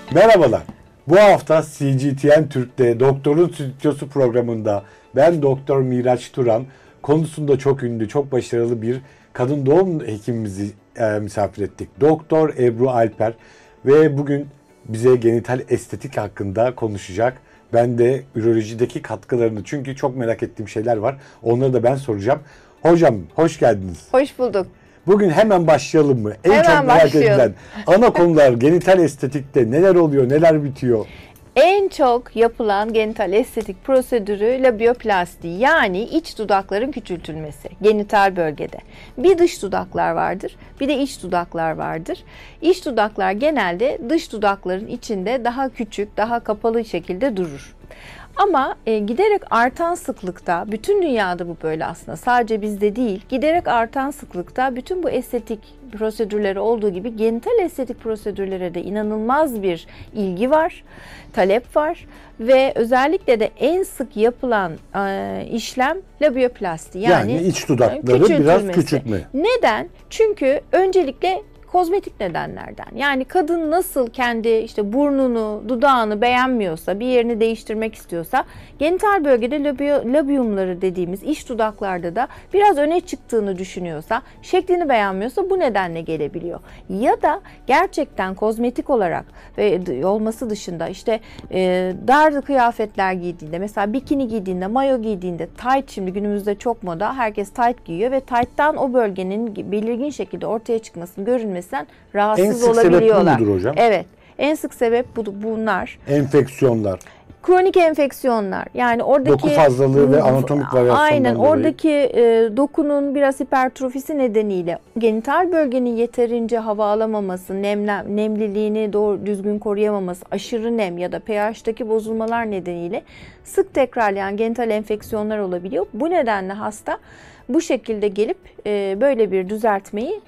Merhabalar. Bu hafta CGTN Türk'te Doktorun Stüdyosu programında ben Doktor Miraç Turan konusunda çok ünlü, çok başarılı bir kadın doğum hekimimizi misafir ettik. Doktor Ebru Alper ve bugün bize genital estetik hakkında konuşacak. Ben de ürolojideki katkılarını, çünkü çok merak ettiğim şeyler var. Onları da ben soracağım. Hocam hoş geldiniz. Hoş bulduk. Bugün hemen başlayalım mı? En Hemen çok merak başlayalım. edilen ana konular genital estetikte neler oluyor, neler bitiyor? En çok yapılan genital estetik prosedürü labioplasti, yani iç dudakların küçültülmesi genital bölgede. Bir dış dudaklar vardır, bir de iç dudaklar vardır. İç dudaklar genelde dış dudakların içinde daha küçük, daha kapalı şekilde durur. Ama giderek artan sıklıkta, bütün dünyada bu böyle aslında, sadece bizde değil, giderek artan sıklıkta bütün bu estetik prosedürleri olduğu gibi genital estetik prosedürlere de inanılmaz bir ilgi var, talep var ve özellikle de en sık yapılan işlem labioplasti, Yani iç dudakları biraz küçültme. Neden? Çünkü öncelikle kozmetik nedenlerden. Yani kadın nasıl kendi işte burnunu, dudağını beğenmiyorsa, bir yerini değiştirmek istiyorsa, genital bölgede labiumları dediğimiz iç dudaklarda da biraz öne çıktığını düşünüyorsa, şeklini beğenmiyorsa bu nedenle gelebiliyor. Ya da gerçekten kozmetik olarak ve olması dışında işte dar kıyafetler giydiğinde, mesela bikini giydiğinde, mayo giydiğinde, tight, şimdi günümüzde çok moda, herkes tight giyiyor ve tight'tan o bölgenin belirgin şekilde ortaya çıkmasını, görünmesinden rahatsız olabiliyorlar. En sık sebep bu mudur hocam? Evet. En sık sebep bunlar. Enfeksiyonlar. Kronik enfeksiyonlar. Yani oradaki doku fazlalığı ve anatomik varyasyondan aynen, dolayı. oradaki dokunun biraz hipertrofisi nedeniyle genital bölgenin yeterince hava alamaması, nemliliğini doğru düzgün koruyamaması, aşırı nem ya da pH'taki bozulmalar nedeniyle sık tekrarlayan genital enfeksiyonlar olabiliyor. Bu nedenle hasta bu şekilde gelip böyle bir düzeltmeyi,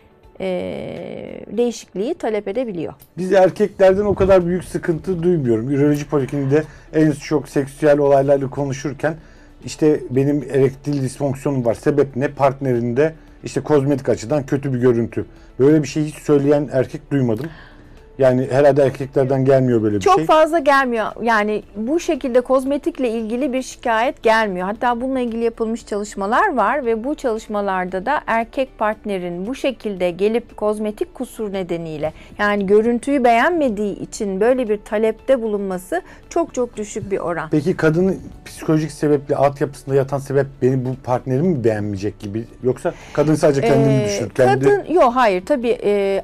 değişikliği talep edebiliyor. Biz erkeklerden o kadar büyük sıkıntı duymuyorum. Üroloji polikliniğinde en çok seksüel olaylarla konuşurken işte benim erektil disfonksiyonum var. Sebep ne? Partnerinde işte kozmetik açıdan kötü bir görüntü. Böyle bir şey hiç söyleyen erkek duymadım. Yani herhalde erkeklerden gelmiyor böyle bir şey. Çok fazla gelmiyor. Yani bu şekilde kozmetikle ilgili bir şikayet gelmiyor. Hatta bununla ilgili yapılmış çalışmalar var ve bu çalışmalarda da erkek partnerin bu şekilde gelip kozmetik kusur nedeniyle, yani görüntüyü beğenmediği için böyle bir talepte bulunması çok çok düşük bir oran. Peki kadının psikolojik sebeple, altyapısında yatan sebep beni bu partnerimi mi beğenmeyecek gibi, yoksa kadın sadece kendini düşünür? Yok, hayır, tabii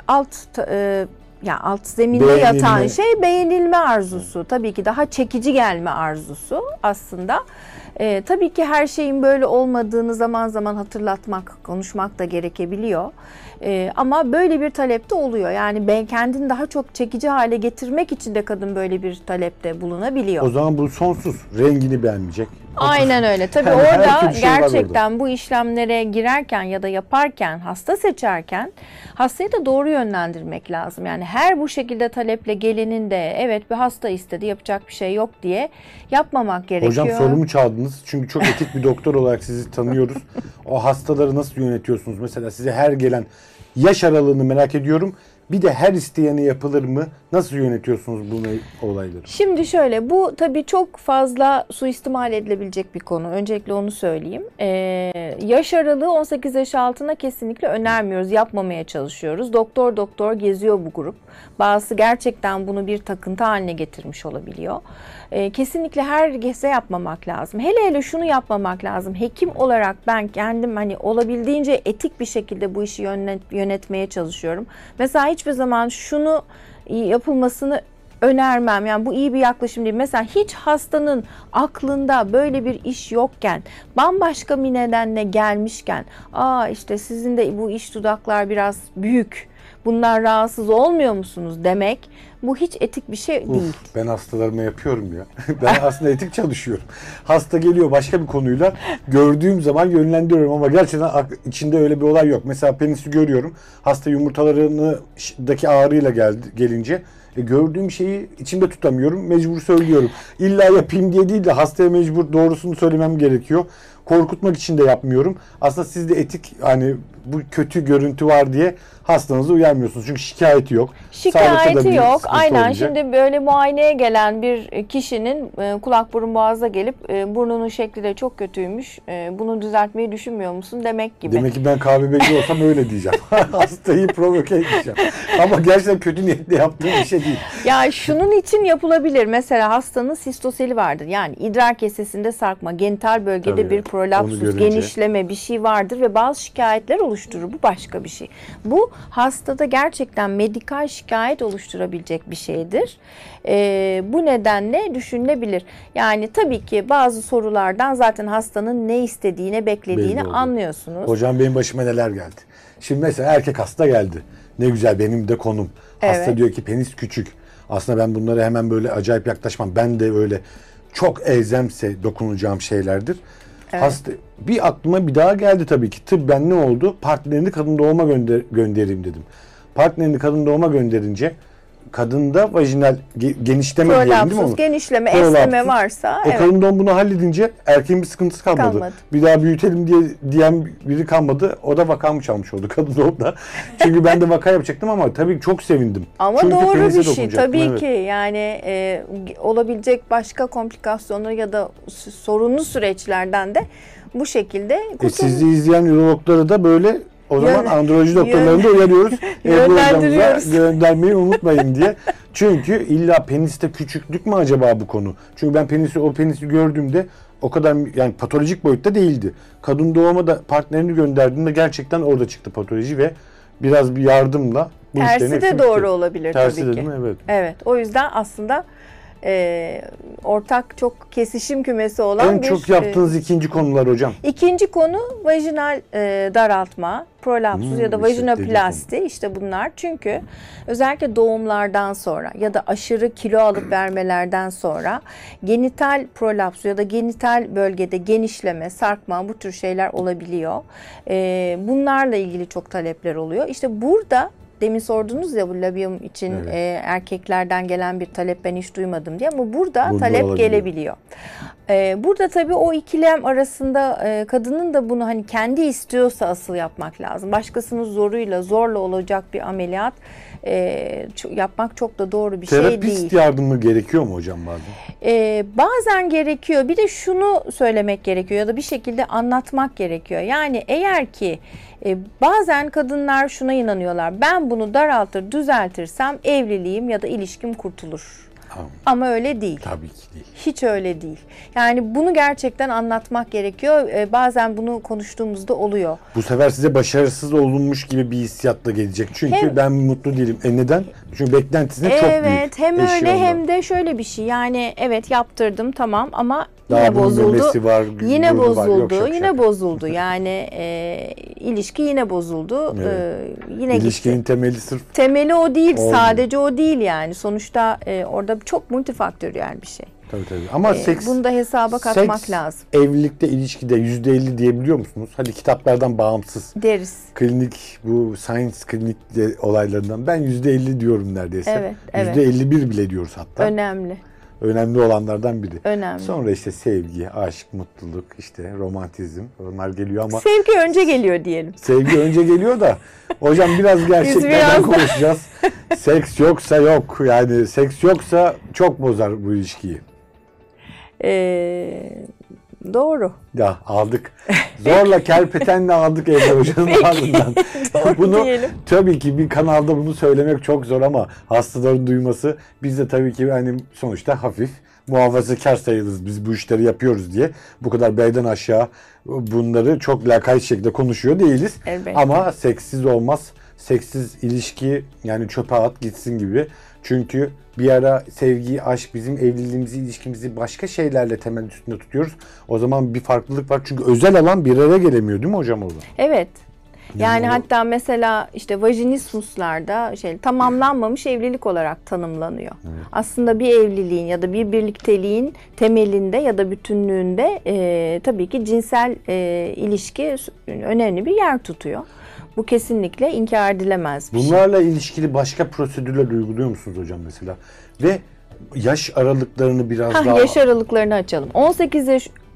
alt zeminde yatan şey beğenilme arzusu. Tabii ki daha çekici gelme arzusu aslında. Tabii ki her şeyin böyle olmadığını zaman zaman hatırlatmak, konuşmak da gerekebiliyor. Ama böyle bir talep de oluyor. Yani kendini daha çok çekici hale getirmek için de kadın böyle bir talepte bulunabiliyor. O zaman bu sonsuz. Rengini beğenmeyecek. Aynen öyle. Tabii yani orada gerçekten bu işlemlere girerken ya da yaparken, hasta seçerken hastayı da doğru yönlendirmek lazım. Yani her bu şekilde taleple gelenin de evet bir hasta istedi, yapacak bir şey yok diye yapmamak gerekiyor. Hocam sorumu çaldınız. Çünkü çok etik bir doktor olarak sizi tanıyoruz. O hastaları nasıl yönetiyorsunuz? Mesela size her gelen yaş aralığını merak ediyorum. Bir de her isteyene yapılır mı? Nasıl yönetiyorsunuz bu olayları? Şimdi şöyle, bu tabii çok fazla suistimal edilebilecek bir konu. Öncelikle onu söyleyeyim. Yaş aralığı 18 yaş altına kesinlikle önermiyoruz. Yapmamaya çalışıyoruz. Doktor geziyor bu grup. Bazısı gerçekten bunu bir takıntı haline getirmiş olabiliyor. Kesinlikle herkese yapmamak lazım. Hele şunu yapmamak lazım. Hekim olarak ben kendim olabildiğince etik bir şekilde bu işi yönetmeye çalışıyorum. Mesela hiçbir zaman şunu yapılmasını önermem. Yani bu iyi bir yaklaşım değil. Mesela hiç hastanın aklında böyle bir iş yokken, bambaşka bir nedenle gelmişken, işte sizin de bu iç dudaklar biraz büyük, bunlar rahatsız olmuyor musunuz demek, bu hiç etik bir şey değil. Ben hastalarıma yapıyorum ya. Ben aslında etik çalışıyorum. Hasta geliyor başka bir konuyla, gördüğüm zaman yönlendiriyorum ama gerçekten içinde öyle bir olay yok. Mesela penisi görüyorum. Hasta yumurtalarındaki ağrıyla gelince gördüğüm şeyi içimde tutamıyorum. Mecbur söylüyorum. İlla yapayım diye değil de hastaya mecbur doğrusunu söylemem gerekiyor. korkutmak için de yapmıyorum. Aslında siz de etik, hani bu kötü görüntü var diye hastanızı uyarmıyorsunuz. Çünkü şikayeti yok. Şikayeti yok. Aynen. Olmayacak. Şimdi böyle muayeneye gelen bir kişinin kulak burun boğaza gelip burnunun şekli de çok kötüymüş. Bunu düzeltmeyi düşünmüyor musun demek gibi. Demek ki ben KBB'ci olsam öyle diyeceğim. Hastayı provoke edeceğim. Ama gerçekten kötü niyetle yaptığım bir şey değil. Ya şunun için yapılabilir. Mesela hastanın sistoseli vardır. Yani idrar kesesinde sarkma, genital bölgede Tabii, bir onu prolapsus, görünce. genişleme bir şey vardır ve bazı şikayetler oluşturur. Bu başka bir şey. Bu hastada gerçekten medikal şikayet oluşturabilecek bir şeydir. Bu nedenle düşünülebilir. Yani tabii ki bazı sorulardan zaten hastanın ne istediğini, beklediğini Belli oldu. anlıyorsunuz. Hocam benim başıma neler geldi. Şimdi mesela erkek hasta geldi. Ne güzel, benim de konum. Hasta Evet. diyor ki penis küçük. Aslında ben bunlara hemen böyle acayip yaklaşmam. Ben de öyle çok elzemse dokunacağım şeylerdir. Evet. Hasta, bir aklıma bir daha geldi tabii ki. Tıbben ne oldu? Partnerini kadın doğuma göndereyim dedim. Partnerini kadın doğuma gönderince kadında vajinal genişleme diyelim değil mi Prolapsus, onu? genişleme, Prolapsus. esneme varsa evet. Kadın doğum bunu halledince erkeğin bir sıkıntısı kalmadı. Bir daha büyütelim diyen biri kalmadı. O da vakamı çalmış oldu kadın doğumda. Çünkü ben de vaka yapacaktım ama tabii çok sevindim. Ama Çünkü doğru penise bir şey dokunacaktım, tabii evet. ki yani olabilecek başka komplikasyonu ya da sorunlu süreçlerden de bu şekilde Sizi izleyen ürologları da böyle o zaman androloji doktorlarını da uyarıyoruz. Yönlendiriyoruz. Göndermeyi unutmayın diye. Çünkü illa peniste küçüklük mü acaba bu konu? Çünkü ben o penisi gördüğümde o kadar yani patolojik boyutta değildi. Kadın doğuma da partnerini gönderdiğinde gerçekten orada çıktı patoloji ve biraz bir yardımla bu işlerin tersi hepsi de doğru bitti. olabilir Tersi tabii de ki. değil mi? Evet. Evet. O yüzden aslında ortak çok kesişim kümesi olan En çok yaptığınız ikinci konular hocam. İkinci konu vajinal daraltma, prolapsus ya da vajinoplasti, işte bunlar. Çünkü özellikle doğumlardan sonra ya da aşırı kilo alıp vermelerden sonra genital prolapsus ya da genital bölgede genişleme, sarkma bu tür şeyler olabiliyor. Bunlarla ilgili çok talepler oluyor. İşte burada demin sordunuz ya bu labium için erkeklerden gelen bir talep ben hiç duymadım diye ama burada talep olabiliyor. gelebiliyor. Burada tabii o ikilem arasında kadının da bunu hani kendi istiyorsa asıl yapmak lazım. Başkasının zorla olacak bir ameliyat yapmak çok da doğru bir şey değil. Terapist yardımı gerekiyor mu hocam bazen? Bazen gerekiyor. Bir de şunu söylemek gerekiyor ya da bir şekilde anlatmak gerekiyor. Yani eğer ki bazen kadınlar şuna inanıyorlar. Ben bunu daraltır, düzeltirsem evliliğim ya da ilişkim kurtulur. Ama öyle değil. Tabii ki değil. Hiç öyle değil. Yani bunu gerçekten anlatmak gerekiyor. Bazen bunu konuştuğumuzda oluyor. Bu sefer size başarısız olunmuş gibi bir hissiyatla gelecek. Çünkü ben mutlu değilim. Neden? Çünkü beklentisine çok büyük. Evet, hem öyle hem de şöyle bir şey. Yani evet yaptırdım tamam ama daha yine bozuldu. Var, yine bozuldu. Yok, yine bozuldu. Yani ilişki yine bozuldu. Evet. Yine İlişkinin gitti. temeli sırf Temeli o değil. olmuyor. Sadece o değil yani. Sonuçta orada çok multifaktöriyel bir şey. tabii. Ama bunu da hesaba katmak lazım. Evlilikte, ilişkide %50 diyebiliyor musunuz? Hadi kitaplardan bağımsız. Deriz. Klinik, bu science klinik olaylarından ben %50 diyorum neredeyse. Evet. %51 bile diyoruz hatta. Önemli. Önemli olanlardan biri. Önemli. Sonra işte sevgi, aşk, mutluluk, işte romantizm onlar geliyor ama Sevgi önce geliyor diyelim. sevgi önce geliyor da hocam biraz gerçeklerden konuşacağız. Seks yoksa yok. Yani seks yoksa çok bozar bu ilişkiyi. Doğru. Ya aldık. Zorla kerpetenle aldık Evde Hoca'nın ardından. Bunu diyelim. tabii ki bir kanalda bunu söylemek çok zor ama hastaların duyması, biz de tabii ki hani sonuçta hafif muhafazakar sayılırız. Biz bu işleri yapıyoruz diye bu kadar belden aşağı bunları çok lakayt şekilde konuşuyor değiliz. Elbette. Ama seksiz olmaz. Seksiz ilişki yani çöpe at gitsin gibi. Çünkü bir ara sevgi, aşk, bizim evliliğimizi, ilişkimizi başka şeylerle temel üstünde tutuyoruz. O zaman bir farklılık var. Çünkü özel alan bir araya gelemiyor değil mi hocam orada? Evet. Yani Yani hatta mesela işte vajinismuslarda tamamlanmamış evlilik olarak tanımlanıyor. Evet. Aslında bir evliliğin ya da bir birlikteliğin temelinde ya da bütünlüğünde tabii ki cinsel ilişki önemli bir yer tutuyor. Bu kesinlikle inkar edilemez bir şey. Bunlarla ilişkili başka prosedürler uyguluyor musunuz hocam mesela? Ve yaş aralıklarını biraz daha... Yaş aralıklarını açalım.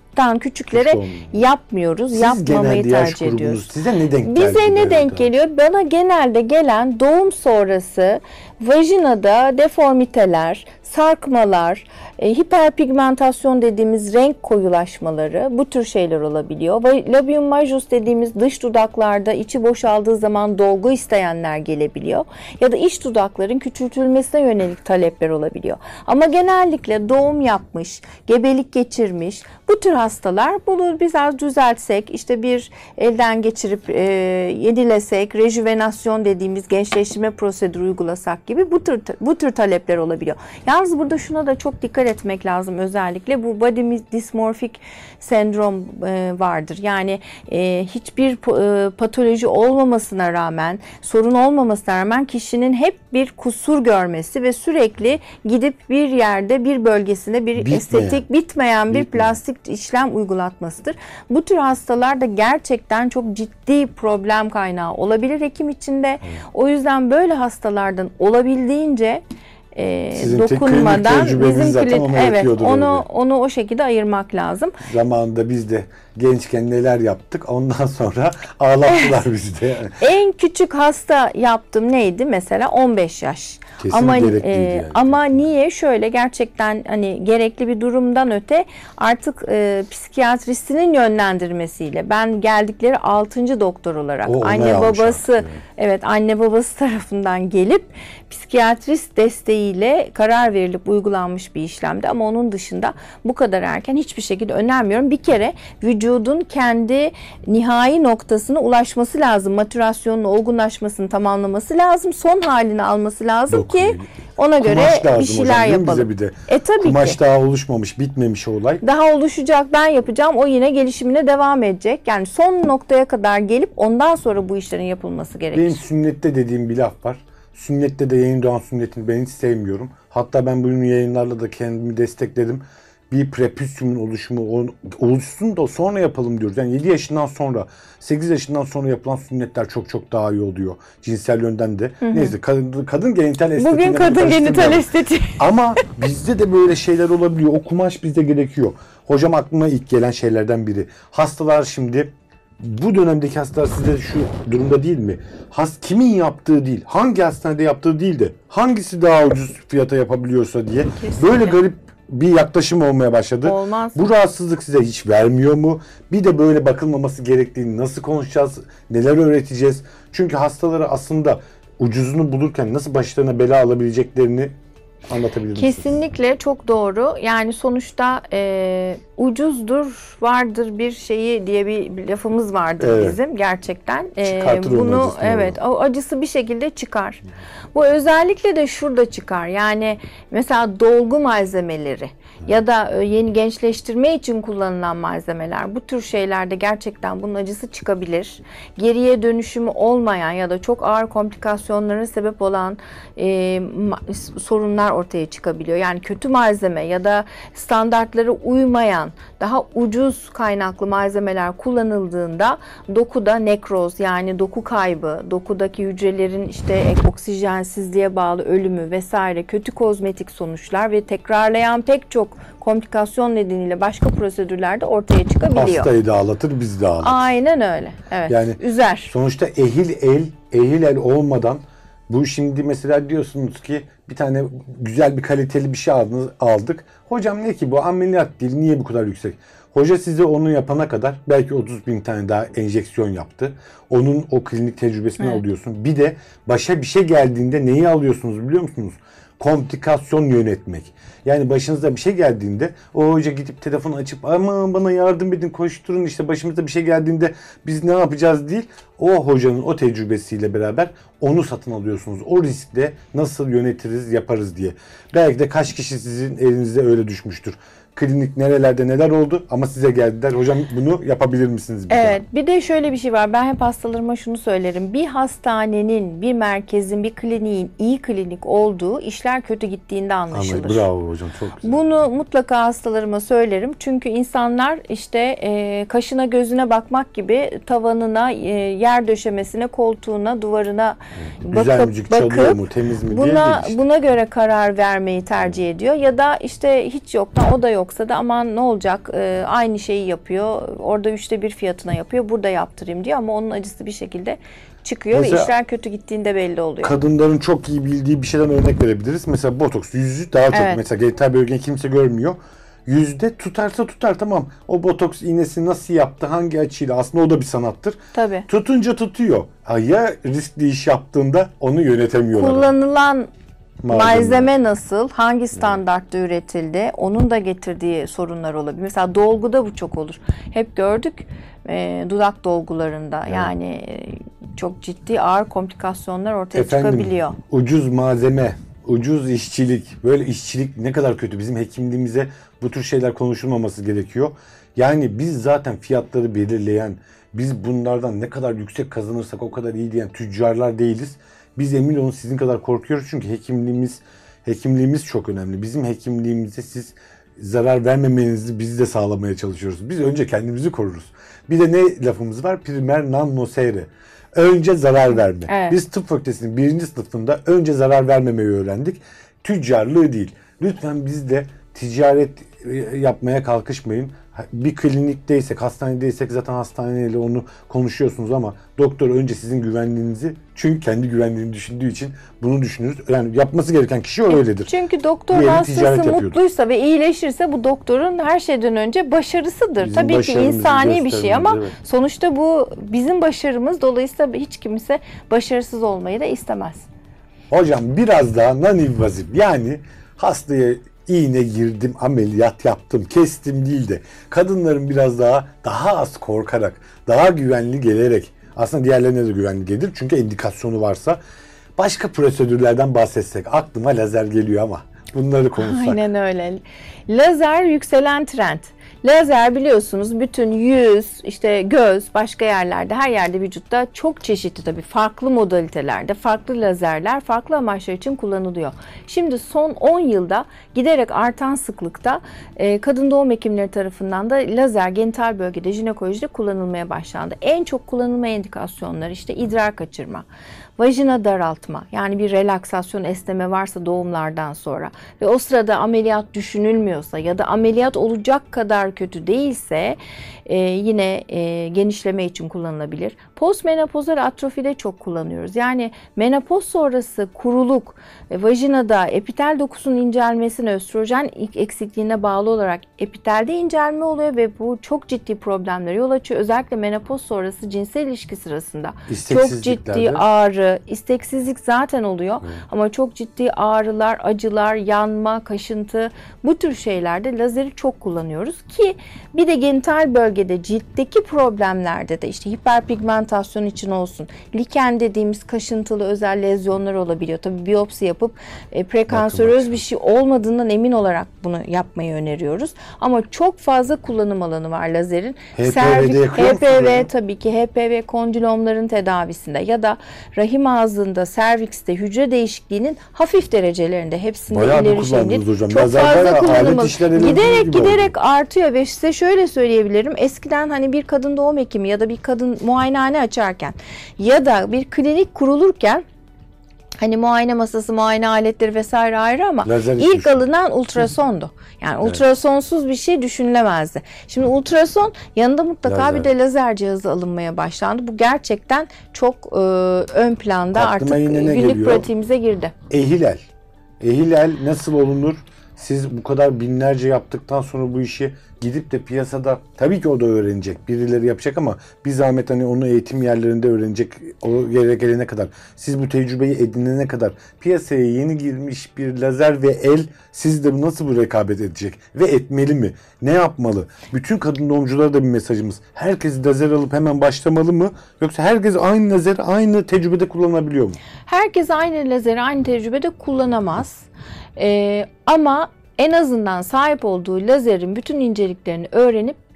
küçüklere yapmıyoruz. Siz yapmamayı genelde yaş tercih ediyoruz. grubunuz size ne denk Bize geldi ne denk geliyor? Bana genelde gelen doğum sonrası vajinada deformiteler, sarkmalar, hiperpigmentasyon dediğimiz renk koyulaşmaları, bu tür şeyler olabiliyor. Labium majus dediğimiz dış dudaklarda içi boşaldığı zaman dolgu isteyenler gelebiliyor. Ya da iç dudakların küçültülmesine yönelik talepler olabiliyor. Ama genellikle doğum yapmış, gebelik geçirmiş bu tür hastalar, bunu biraz düzeltsek, işte bir elden geçirip yenilesek, rejuvenasyon dediğimiz gençleştirme prosedürü uygulasak gibi bu tür talepler olabiliyor. Yalnız burada şuna da çok dikkat etmek lazım, özellikle bu body dysmorphic sendrom vardır. Yani hiçbir patoloji olmamasına rağmen, sorun olmamasına rağmen kişinin hep bir kusur görmesi ve sürekli gidip bir yerde, bir bölgesinde bir estetik bitmeyen bir plastik işlem uygulatmasıdır. Bu tür hastalar da gerçekten çok ciddi problem kaynağı olabilir hekim içinde. O yüzden böyle hastalardan olabildiğince dokunmadan onu o şekilde ayırmak lazım. Zamanında biz de gençken neler yaptık, ondan sonra ağlattılar bizi de. En küçük hasta yaptım neydi mesela? 15 yaş. Kesin gerekliydi yani. Ama niye? Şöyle, gerçekten hani gerekli bir durumdan öte artık psikiyatristinin yönlendirmesiyle, ben geldikleri 6. doktor olarak anne babası tarafından gelip psikiyatrist desteğiyle karar verilip uygulanmış bir işlemdi. Ama onun dışında bu kadar erken hiçbir şekilde önermiyorum. Bir kere vücudun kendi nihai noktasına ulaşması lazım. Matürasyonun, olgunlaşmasını tamamlaması lazım. Son halini alması lazım ki ona göre bir şeyler yapalım. Bir de. Tabii kumaş ki. daha oluşmamış, bitmemiş olay. Daha oluşacak, ben yapacağım. O yine gelişimine devam edecek. Yani son noktaya kadar gelip ondan sonra bu işlerin yapılması gerekir. Benim sünnette dediğim bir laf var. Sünnette de yeni doğan sünnetini ben hiç sevmiyorum. Hatta ben bunu yayınlarla da kendimi destekledim. Bir prepüsyumun oluşsun da sonra yapalım diyoruz. Yani 7 yaşından sonra, 8 yaşından sonra yapılan sünnetler çok çok daha iyi oluyor. Cinsel yönden de. Neyse, kadın genital estetiğine. Bugün kadın genital estetiği. Ama bizde de böyle şeyler olabiliyor. O kumaş bizde gerekiyor. Hocam, aklıma ilk gelen şeylerden biri. Hastalar şimdi, bu dönemdeki hastalar sizde şu durumda değil mi? Kimin yaptığı değil, hangi hastanede yaptığı değil de hangisi daha ucuz fiyata yapabiliyorsa diye. Kesinlikle. Böyle garip bir yaklaşım olmaya başladı. Olmaz. Bu rahatsızlık size hiç vermiyor mu? Bir de böyle bakılmaması gerektiğini nasıl konuşacağız? Neler öğreteceğiz? Çünkü hastalara aslında ucuzunu bulurken nasıl başlarına bela alabileceklerini anlatabilir misiniz? Kesinlikle çok doğru. Yani sonuçta ucuzdur, vardır bir şeyi diye bir lafımız vardır bizim gerçekten. Bunu o acısı bir şekilde çıkar. Bu özellikle de şurada çıkar. Yani mesela dolgu malzemeleri ya da yeni gençleştirme için kullanılan malzemeler, bu tür şeylerde gerçekten bunun acısı çıkabilir. Geriye dönüşümü olmayan ya da çok ağır komplikasyonlara sebep olan sorunlar ortaya çıkabiliyor. Yani kötü malzeme ya da standartlara uymayan daha ucuz kaynaklı malzemeler kullanıldığında dokuda nekroz, yani doku kaybı, dokudaki hücrelerin işte oksijensizliğe bağlı ölümü vesaire, kötü kozmetik sonuçlar ve tekrarlayan pek çok komplikasyon nedeniyle başka prosedürlerde ortaya çıkabiliyor. Hastayı da ağlatır, bizi de ağlatır. Aynen öyle. Evet. Yani üzer. Sonuçta ehil el olmadan, bu şimdi mesela diyorsunuz ki bir tane güzel bir kaliteli bir şey aldık. Hocam ne ki bu, ameliyat değil, niye bu kadar yüksek? Hoca size onu yapana kadar belki 30.000 tane daha enjeksiyon yaptı. Onun o klinik tecrübesini alıyorsun. Bir de başa bir şey geldiğinde neyi alıyorsunuz biliyor musunuz? Komplikasyon yönetmek. Yani başınıza bir şey geldiğinde o hoca gidip telefonu açıp aman bana yardım edin, koşturun, işte başımıza bir şey geldiğinde biz ne yapacağız değil. O hocanın o tecrübesiyle beraber onu satın alıyorsunuz. O riskle nasıl yönetiriz, yaparız diye. Belki de kaç kişi sizin elinize öyle düşmüştür. Klinik nerelerde neler oldu ama size geldiler. Hocam bunu yapabilir misiniz? Evet. Bir de şöyle bir şey var. Ben hep hastalarıma şunu söylerim. Bir hastanenin, bir merkezin, bir kliniğin iyi klinik olduğu, işler kötü gittiğinde anlaşılır. Bravo hocam, çok güzel. Bunu mutlaka hastalarıma söylerim. Çünkü insanlar işte kaşına gözüne bakmak gibi tavanına, yer döşemesine, koltuğuna, duvarına bakıp çalıyor mu, temiz mi buna göre karar vermeyi tercih ediyor. Ya da işte hiç yoktan, o da yok botoksa da aman ne olacak, aynı şeyi yapıyor. Orada 1/3 fiyatına yapıyor. Burada yaptırayım diyor ama onun acısı bir şekilde çıkıyor mesela, ve işler kötü gittiğinde belli oluyor. Kadınların çok iyi bildiği bir şeyden örnek verebiliriz. Mesela botoks yüzü daha çok. Evet. Mesela genital bölgeyi kimse görmüyor. Yüzde tutarsa tutar, tamam. O botoks iğnesi nasıl yaptı, hangi açıyla, aslında o da bir sanattır. Tabii. Tutunca tutuyor. Ya riskli iş yaptığında onu yönetemiyorlar. Kullanılan malzeme nasıl, hangi standartta üretildi, onun da getirdiği sorunlar olabilir. Mesela dolguda bu çok olur. Hep gördük dudak dolgularında yani çok ciddi ağır komplikasyonlar ortaya çıkabiliyor. Ucuz malzeme, ucuz işçilik, böyle işçilik ne kadar kötü. Bizim hekimliğimize bu tür şeyler konuşulmaması gerekiyor. Yani biz zaten fiyatları belirleyen, biz bunlardan ne kadar yüksek kazanırsak o kadar iyi diyen tüccarlar değiliz. Biz emin olun sizin kadar korkuyoruz çünkü hekimliğimiz çok önemli. Bizim hekimliğimize siz zarar vermemenizi biz de sağlamaya çalışıyoruz. Biz önce kendimizi koruruz. Bir de ne lafımız var? Primer non nocere. Önce zarar verme. Evet. Biz tıp fakültesinin 1. sınıfında önce zarar vermemeyi öğrendik. Tüccarlığı değil. Lütfen biz de ticaret yapmaya kalkışmayın. Bir klinikteysek, hastanedeysek zaten hastaneyle onu konuşuyorsunuz ama doktor önce sizin güvenliğinizi, çünkü kendi güvenliğini düşündüğü için bunu düşünürüz. Yani yapması gereken kişi öyledir. Çünkü doktor Diyelim hastası mutluysa ve iyileşirse bu doktorun her şeyden önce başarısıdır. Bizim Tabii ki insani bir şey ama evet. sonuçta bu bizim başarımız. Dolayısıyla hiç kimse başarısız olmayı da istemez. Hocam biraz daha non-invazif, yani hastaya iğne girdim, ameliyat yaptım, kestim değil de kadınların biraz daha az korkarak, daha güvenli gelerek, aslında diğerlerine de güvenli gelir çünkü indikasyonu varsa, başka prosedürlerden bahsetsek. Aklıma lazer geliyor ama bunları konuşsak. Aynen öyle. Lazer yükselen trend. Lazer biliyorsunuz bütün yüz, işte göz, başka yerlerde, her yerde vücutta çok çeşitli tabii farklı modalitelerde, farklı lazerler, farklı amaçlar için kullanılıyor. Şimdi son 10 yılda giderek artan sıklıkta kadın doğum hekimleri tarafından da lazer genital bölgede, jinekolojide kullanılmaya başlandı. En çok kullanılma indikasyonları işte idrar kaçırma, vajina daraltma, yani bir relaksasyon, esneme varsa doğumlardan sonra ve o sırada ameliyat düşünülmüyorsa ya da ameliyat olacak kadar kötü değilse yine genişleme için kullanılabilir. Postmenopozal atrofide çok kullanıyoruz. Yani menopoz sonrası kuruluk, vajinada epitel dokusunun incelmesine, östrojen eksikliğine bağlı olarak epitelde incelme oluyor ve bu çok ciddi problemlere yol açıyor. Özellikle menopoz sonrası cinsel ilişki sırasında çok ciddi ağrı, isteksizlik zaten oluyor ama çok ciddi ağrılar, acılar, yanma, kaşıntı, bu tür şeylerde lazeri çok kullanıyoruz ki bir de genital bölgede ciltteki problemlerde de işte hiperpigmentasyon için olsun, liken dediğimiz kaşıntılı özel lezyonlar olabiliyor. Tabii biyopsi yapıp prekanseröz bir şey olmadığından emin olarak bunu yapmayı öneriyoruz. Ama çok fazla kullanım alanı var lazerin. HPV tabii ki HPV kondilomların tedavisinde ya da rahim ağzında, servikste hücre değişikliğinin hafif derecelerinde, hepsinde ileri şeyinde çok fazla kullanımı giderek artıyor ve size şöyle söyleyebilirim. Eskiden hani bir kadın doğum hekimi ya da bir kadın muayenehane açarken ya da bir klinik kurulurken hani muayene masası, muayene aletleri vesaire ayrı ama ilk alınan ultrasondu. Yani ultrasonsuz bir şey düşünülemezdi. Şimdi ultrason yanında mutlaka bir de lazer cihazı alınmaya başlandı. Bu gerçekten çok ön planda aklıma artık günlük pratiğimize girdi. Ehilel nasıl olunur? Siz bu kadar binlerce yaptıktan sonra bu işi gidip de piyasada, tabii ki o da öğrenecek. Birileri yapacak ama bir zahmet hani onu eğitim yerlerinde öğrenecek, o yere gelene kadar. Siz bu tecrübeyi edinene kadar piyasaya yeni girmiş bir lazer ve el sizle nasıl bu rekabet edecek? Ve etmeli mi? Ne yapmalı? Bütün kadın doğumculara da bir mesajımız. Herkes lazer alıp hemen başlamalı mı? Yoksa herkes aynı lazer, aynı tecrübede kullanabiliyor mu? Herkes aynı lazeri aynı tecrübede kullanamaz. Ama en azından sahip olduğu lazerin bütün inceliklerini öğrenip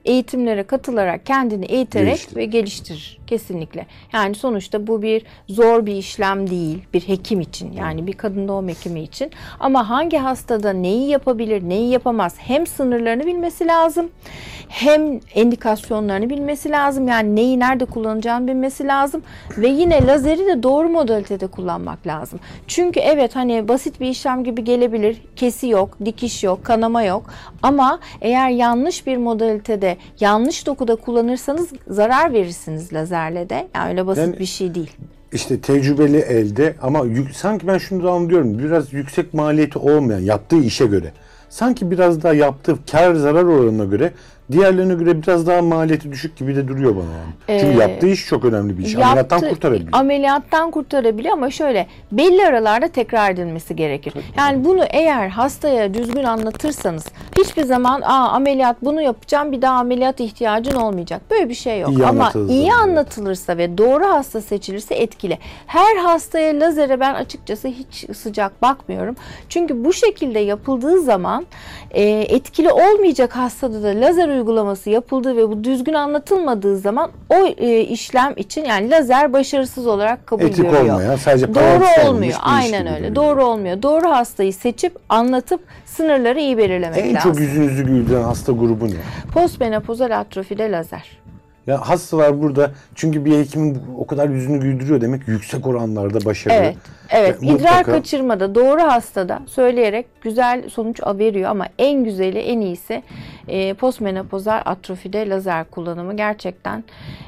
eğitimlere katılarak kendini eğiterek Geliştir. ve geliştirir kesinlikle. Yani sonuçta bu bir zor bir işlem değil bir hekim için, yani bir kadın doğum hekimi için. Ama hangi hastada neyi yapabilir, neyi yapamaz, hem sınırlarını bilmesi lazım, hem endikasyonlarını bilmesi lazım. Yani neyi nerede kullanacağını bilmesi lazım ve yine lazeri de doğru modalitede kullanmak lazım. Çünkü evet, hani basit bir işlem gibi gelebilir. Kesi yok, dikiş yok, kanama yok. Ama eğer yanlış bir modalitede, yanlış dokuda kullanırsanız zarar verirsiniz lazerle de. Yani öyle basit bir şey değil. İşte tecrübeli elde ama sanki ben şunu da anlıyorum. Biraz yüksek maliyeti olmayan, yaptığı işe göre. Sanki biraz daha yaptığı kar zarar oranına göre diğerlerine göre biraz daha maliyeti düşük gibi de duruyor bana yani. Çünkü yaptığı iş çok önemli bir iş. Ameliyattan kurtarabiliyor. Ameliyattan kurtarabiliyor ama şöyle belli aralarda tekrar edilmesi gerekir. Yani bunu eğer hastaya düzgün anlatırsanız hiçbir zaman ameliyat bunu yapacağım, bir daha ameliyat ihtiyacın olmayacak. Böyle bir şey yok. İyi ama iyi anlatılırsa ve doğru hasta seçilirse etkili. Her hastaya lazere ben açıkçası hiç sıcak bakmıyorum. Çünkü bu şekilde yapıldığı zaman etkili olmayacak hastada da lazer uygulaması yapıldığı ve bu düzgün anlatılmadığı zaman o işlem için yani lazer başarısız olarak kabul görüyor. Etik olmayan, sadece doğru olmuyor. Aynen öyle. Doğru olmuyor. Doğru hastayı seçip anlatıp sınırları iyi belirlemek lazım. En çok yüzünüzü güldüren hasta grubu ne? Postmenopozal atrofide lazer. Ya hastalar burada, çünkü bir hekimin o kadar yüzünü güldürüyor demek yüksek oranlarda başarılı. Evet. Evet. Mutlaka. İdrar kaçırmada doğru hastada söyleyerek güzel sonuç veriyor ama en güzeli, en iyisi postmenopozal atrofide lazer kullanımı. Gerçekten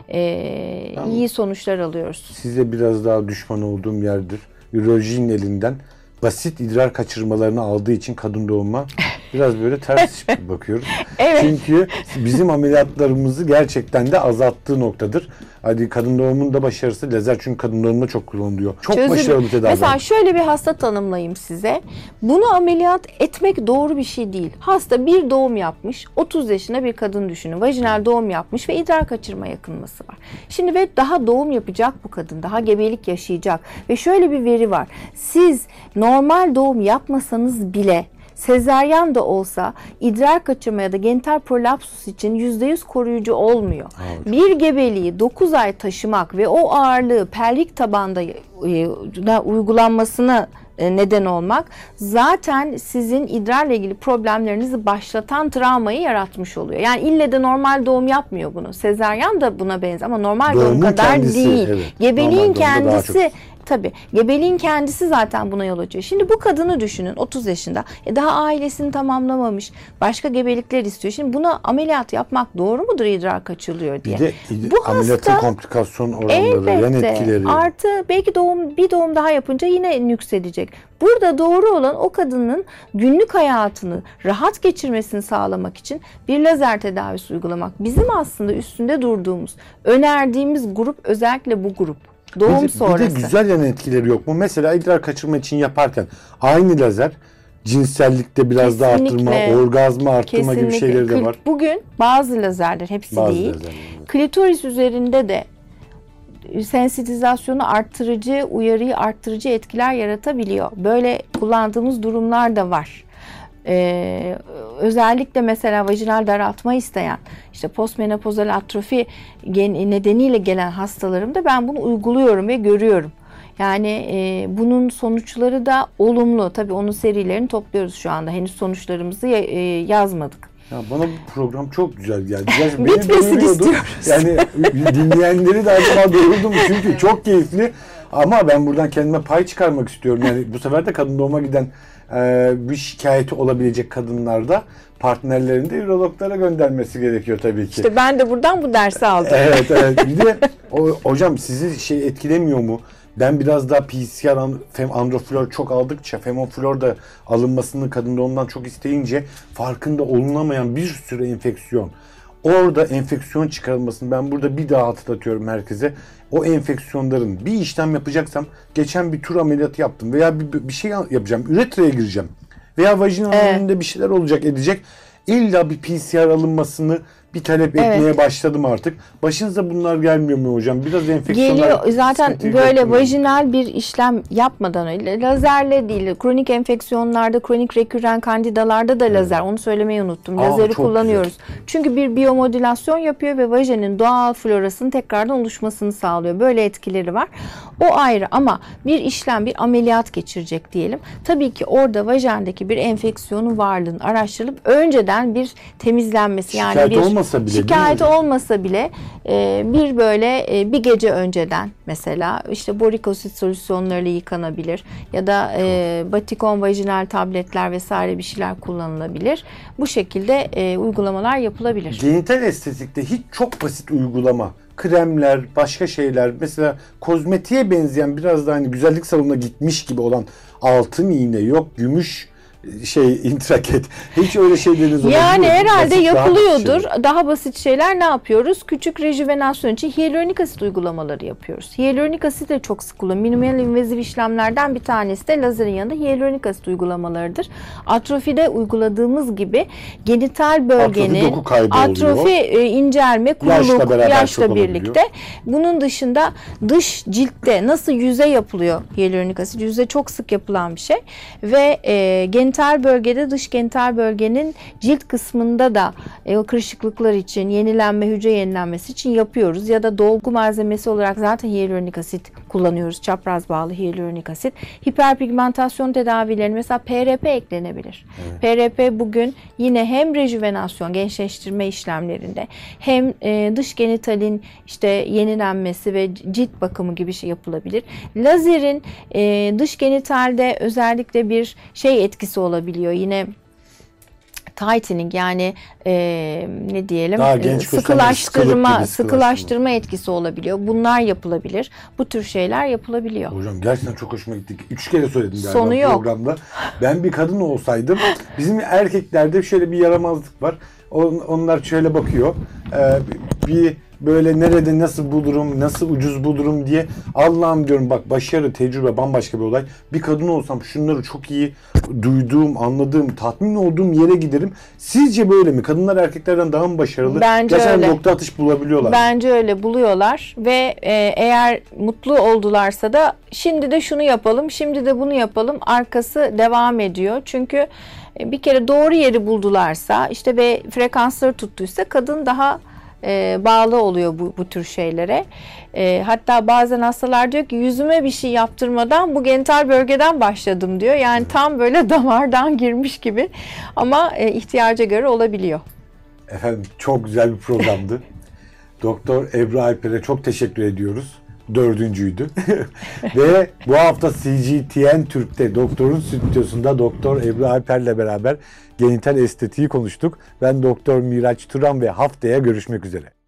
iyi sonuçlar alıyoruz. Size biraz daha düşman olduğum yerdir. Ürolojinin elinden basit idrar kaçırmalarını aldığı için kadın doğuma biraz böyle ters bakıyoruz. Evet. Çünkü bizim ameliyatlarımızı gerçekten de azalttığı noktadır. Hadi kadın doğumun da başarısı lazer, çünkü kadın doğumunda çok kullanılıyor. Çok başarılı bir tedavi. Mesela şöyle bir hasta tanımlayayım size. Bunu ameliyat etmek doğru bir şey değil. Hasta bir doğum yapmış, 30 yaşında bir kadın düşünün. Vajinal doğum yapmış ve idrar kaçırma yakınması var. Şimdi ve daha doğum yapacak bu kadın, daha gebelik yaşayacak ve şöyle bir veri var. Siz normal doğum yapmasanız bile sezaryen de olsa idrar kaçırma ya da genital prolapsus için %100 koruyucu olmuyor. Bir gebeliği 9 ay taşımak ve o ağırlığı pelvik tabanda uygulanmasına neden olmak zaten sizin idrarla ilgili problemlerinizi başlatan travmayı yaratmış oluyor. Yani ille de normal doğum yapmıyor bunu. Sezaryen de buna benzer ama normal doğum kadar kendisi, değil. Evet. Gebeliğin kendisi tabii. Gebeliğin kendisi zaten buna yol açıyor. Şimdi bu kadını düşünün, 30 yaşında. Daha ailesini tamamlamamış. Başka gebelikler istiyor. Şimdi buna ameliyat yapmak doğru mudur idrar kaçırılıyor diye? Bir de bu ameliyatın komplikasyon oranları, yan etkileri. Artı belki bir doğum daha yapınca yine nüksedecek. Burada doğru olan o kadının günlük hayatını rahat geçirmesini sağlamak için bir lazer tedavisi uygulamak. Bizim aslında üstünde durduğumuz, önerdiğimiz grup özellikle bu grup. Doğum sonrası. Bir de güzel yan etkileri yok mu? Mesela idrar kaçırma için yaparken aynı lazer cinsellikte biraz daha arttırma, orgazmı arttırma gibi şeyleri de var. Bugün bazı lazerler, hepsi değil. Klitoris üzerinde de sensitizasyonu arttırıcı, uyarıyı arttırıcı etkiler yaratabiliyor. Böyle kullandığımız durumlar da var. Özellikle mesela vajinal daraltma isteyen, işte postmenopozal atrofi nedeniyle gelen hastalarımda ben bunu uyguluyorum ve görüyorum. Yani bunun sonuçları da olumlu. Tabii onun serilerini topluyoruz şu anda. Henüz sonuçlarımızı yazmadık. Ya bana bu program çok güzel geldi. Bitmesini istiyoruz. Yani dinleyenleri de acaba doyurdum çünkü çok keyifli. Ama ben buradan kendime pay çıkarmak istiyorum. Yani bu sefer de kadın doğuma giden bir şikayeti olabilecek kadınlarda partnerlerini de ürologlara göndermesi gerekiyor tabii ki. İşte ben de buradan bu dersi aldım. Evet. Bir de hocam sizi etkilemiyor mu? Ben biraz daha PCR, androflor çok aldıkça, femoflor da alınmasını kadın doğumdan çok isteyince farkında olunamayan bir sürü enfeksiyon. Orada enfeksiyon çıkarılmasını ben burada bir daha hatırlatıyorum herkese. O enfeksiyonların bir işlem yapacaksam, geçen bir tur ameliyatı yaptım veya bir şey yapacağım, üretraya gireceğim veya vajinal önünde bir şeyler olacak edecek. İlla bir PCR alınmasını bir talep etmeye başladım artık. Başınıza bunlar gelmiyor mu hocam? Biraz enfeksiyonlar geliyor. Zaten sıkıntı böyle yaratıyor mu? vajinal bir işlem yapmadan öyle lazerle değil, kronik enfeksiyonlarda, kronik rekürren kandidalarda da lazer. Onu söylemeyi unuttum. Lazeri çok kullanıyoruz. Çünkü bir biyomodülasyon yapıyor ve vajinin doğal florasının tekrardan oluşmasını sağlıyor. Böyle etkileri var. O ayrı ama bir işlem, bir ameliyat geçirecek diyelim. Tabii ki orada vajendeki bir enfeksiyonun varlığını araştırılıp önceden bir temizlenmesi, yani Şikayet bir olmasa bile, şikayet değil mi? olmasa bile bir böyle bir gece önceden mesela işte borik asit solüsyonlarıyla yıkanabilir ya da batikon vajinal tabletler vesaire bir şeyler kullanılabilir. Bu şekilde uygulamalar yapılabilir. Genital estetikte hiç çok basit uygulama, kremler, başka şeyler, mesela kozmetiğe benzeyen biraz da hani güzellik salonuna gitmiş gibi olan altın iğne, yok gümüş intraket. Hiç öyle şeyleriniz olabilir mi? Yani herhalde Basit, yapılıyordur. şeyler. Daha basit şeyler ne yapıyoruz? Küçük rejuvenasyon için hyaluronik asit uygulamaları yapıyoruz. Hyaluronik asit de çok sık kullanılıyor. Minimal invaziv işlemlerden bir tanesi de lazerin yanında hyaluronik asit uygulamalarıdır. Atrofide uyguladığımız gibi genital bölgenin doku kaybı oluyor. atrofi, incelme, kuruluk, beraber yaşla çok birlikte. Bunun dışında dış ciltte nasıl yüze yapılıyor hyaluronik asit? Yüze çok sık yapılan bir şey ve genital bölgede, dış genital bölgenin cilt kısmında da o kırışıklıklar için, yenilenme, hücre yenilenmesi için yapıyoruz. Ya da dolgu malzemesi olarak zaten hyaluronik asit kullanıyoruz. Çapraz bağlı hyaluronik asit. Hiperpigmentasyon tedavilerine mesela PRP eklenebilir. Evet. PRP bugün yine hem rejuvenasyon, gençleştirme işlemlerinde hem dış genitalin işte yenilenmesi ve cilt bakımı gibi şey yapılabilir. Lazerin dış genitalde özellikle bir etkisi olabiliyor. Yine tightening, yani ne diyelim, sıkılaştırma etkisi olabiliyor. Bunlar yapılabilir. Bu tür şeyler yapılabiliyor. Hocam gerçekten çok hoşuma gitti. 3 kere söyledim galiba Sonu yok. programda. Ben bir kadın olsaydım, bizim erkeklerde şöyle bir yaramazlık var. Onlar şöyle bakıyor. Bir böyle nerede nasıl bulurum, nasıl ucuz bulurum diye. Allah'ım diyorum, bak başarı, tecrübe bambaşka bir olay. Bir kadın olsam şunları çok iyi duyduğum, anladığım, tatmin olduğum yere giderim. Sizce böyle mi? Kadınlar erkeklerden daha mı başarılı? Bence gerçekten öyle. nokta atış bulabiliyorlar. Bence öyle buluyorlar ve eğer mutlu oldularsa da şimdi de şunu yapalım, şimdi de bunu yapalım, arkası devam ediyor. Çünkü bir kere doğru yeri buldularsa işte ve frekansları tuttuysa kadın daha bağlı oluyor bu tür şeylere. Hatta bazen hastalar diyor ki yüzüme bir şey yaptırmadan bu genital bölgeden başladım diyor. Yani tam böyle damardan girmiş gibi ama ihtiyaca göre olabiliyor. Efendim çok güzel bir programdı. Doktor Ebru Alper'e çok teşekkür ediyoruz. 4.'üydü. Ve bu hafta CGTN Türk'te Doktor'un stüdyosunda Doktor Ebru Alper'le beraber genital estetiği konuştuk. Ben Doktor Miraç Turan ve haftaya görüşmek üzere.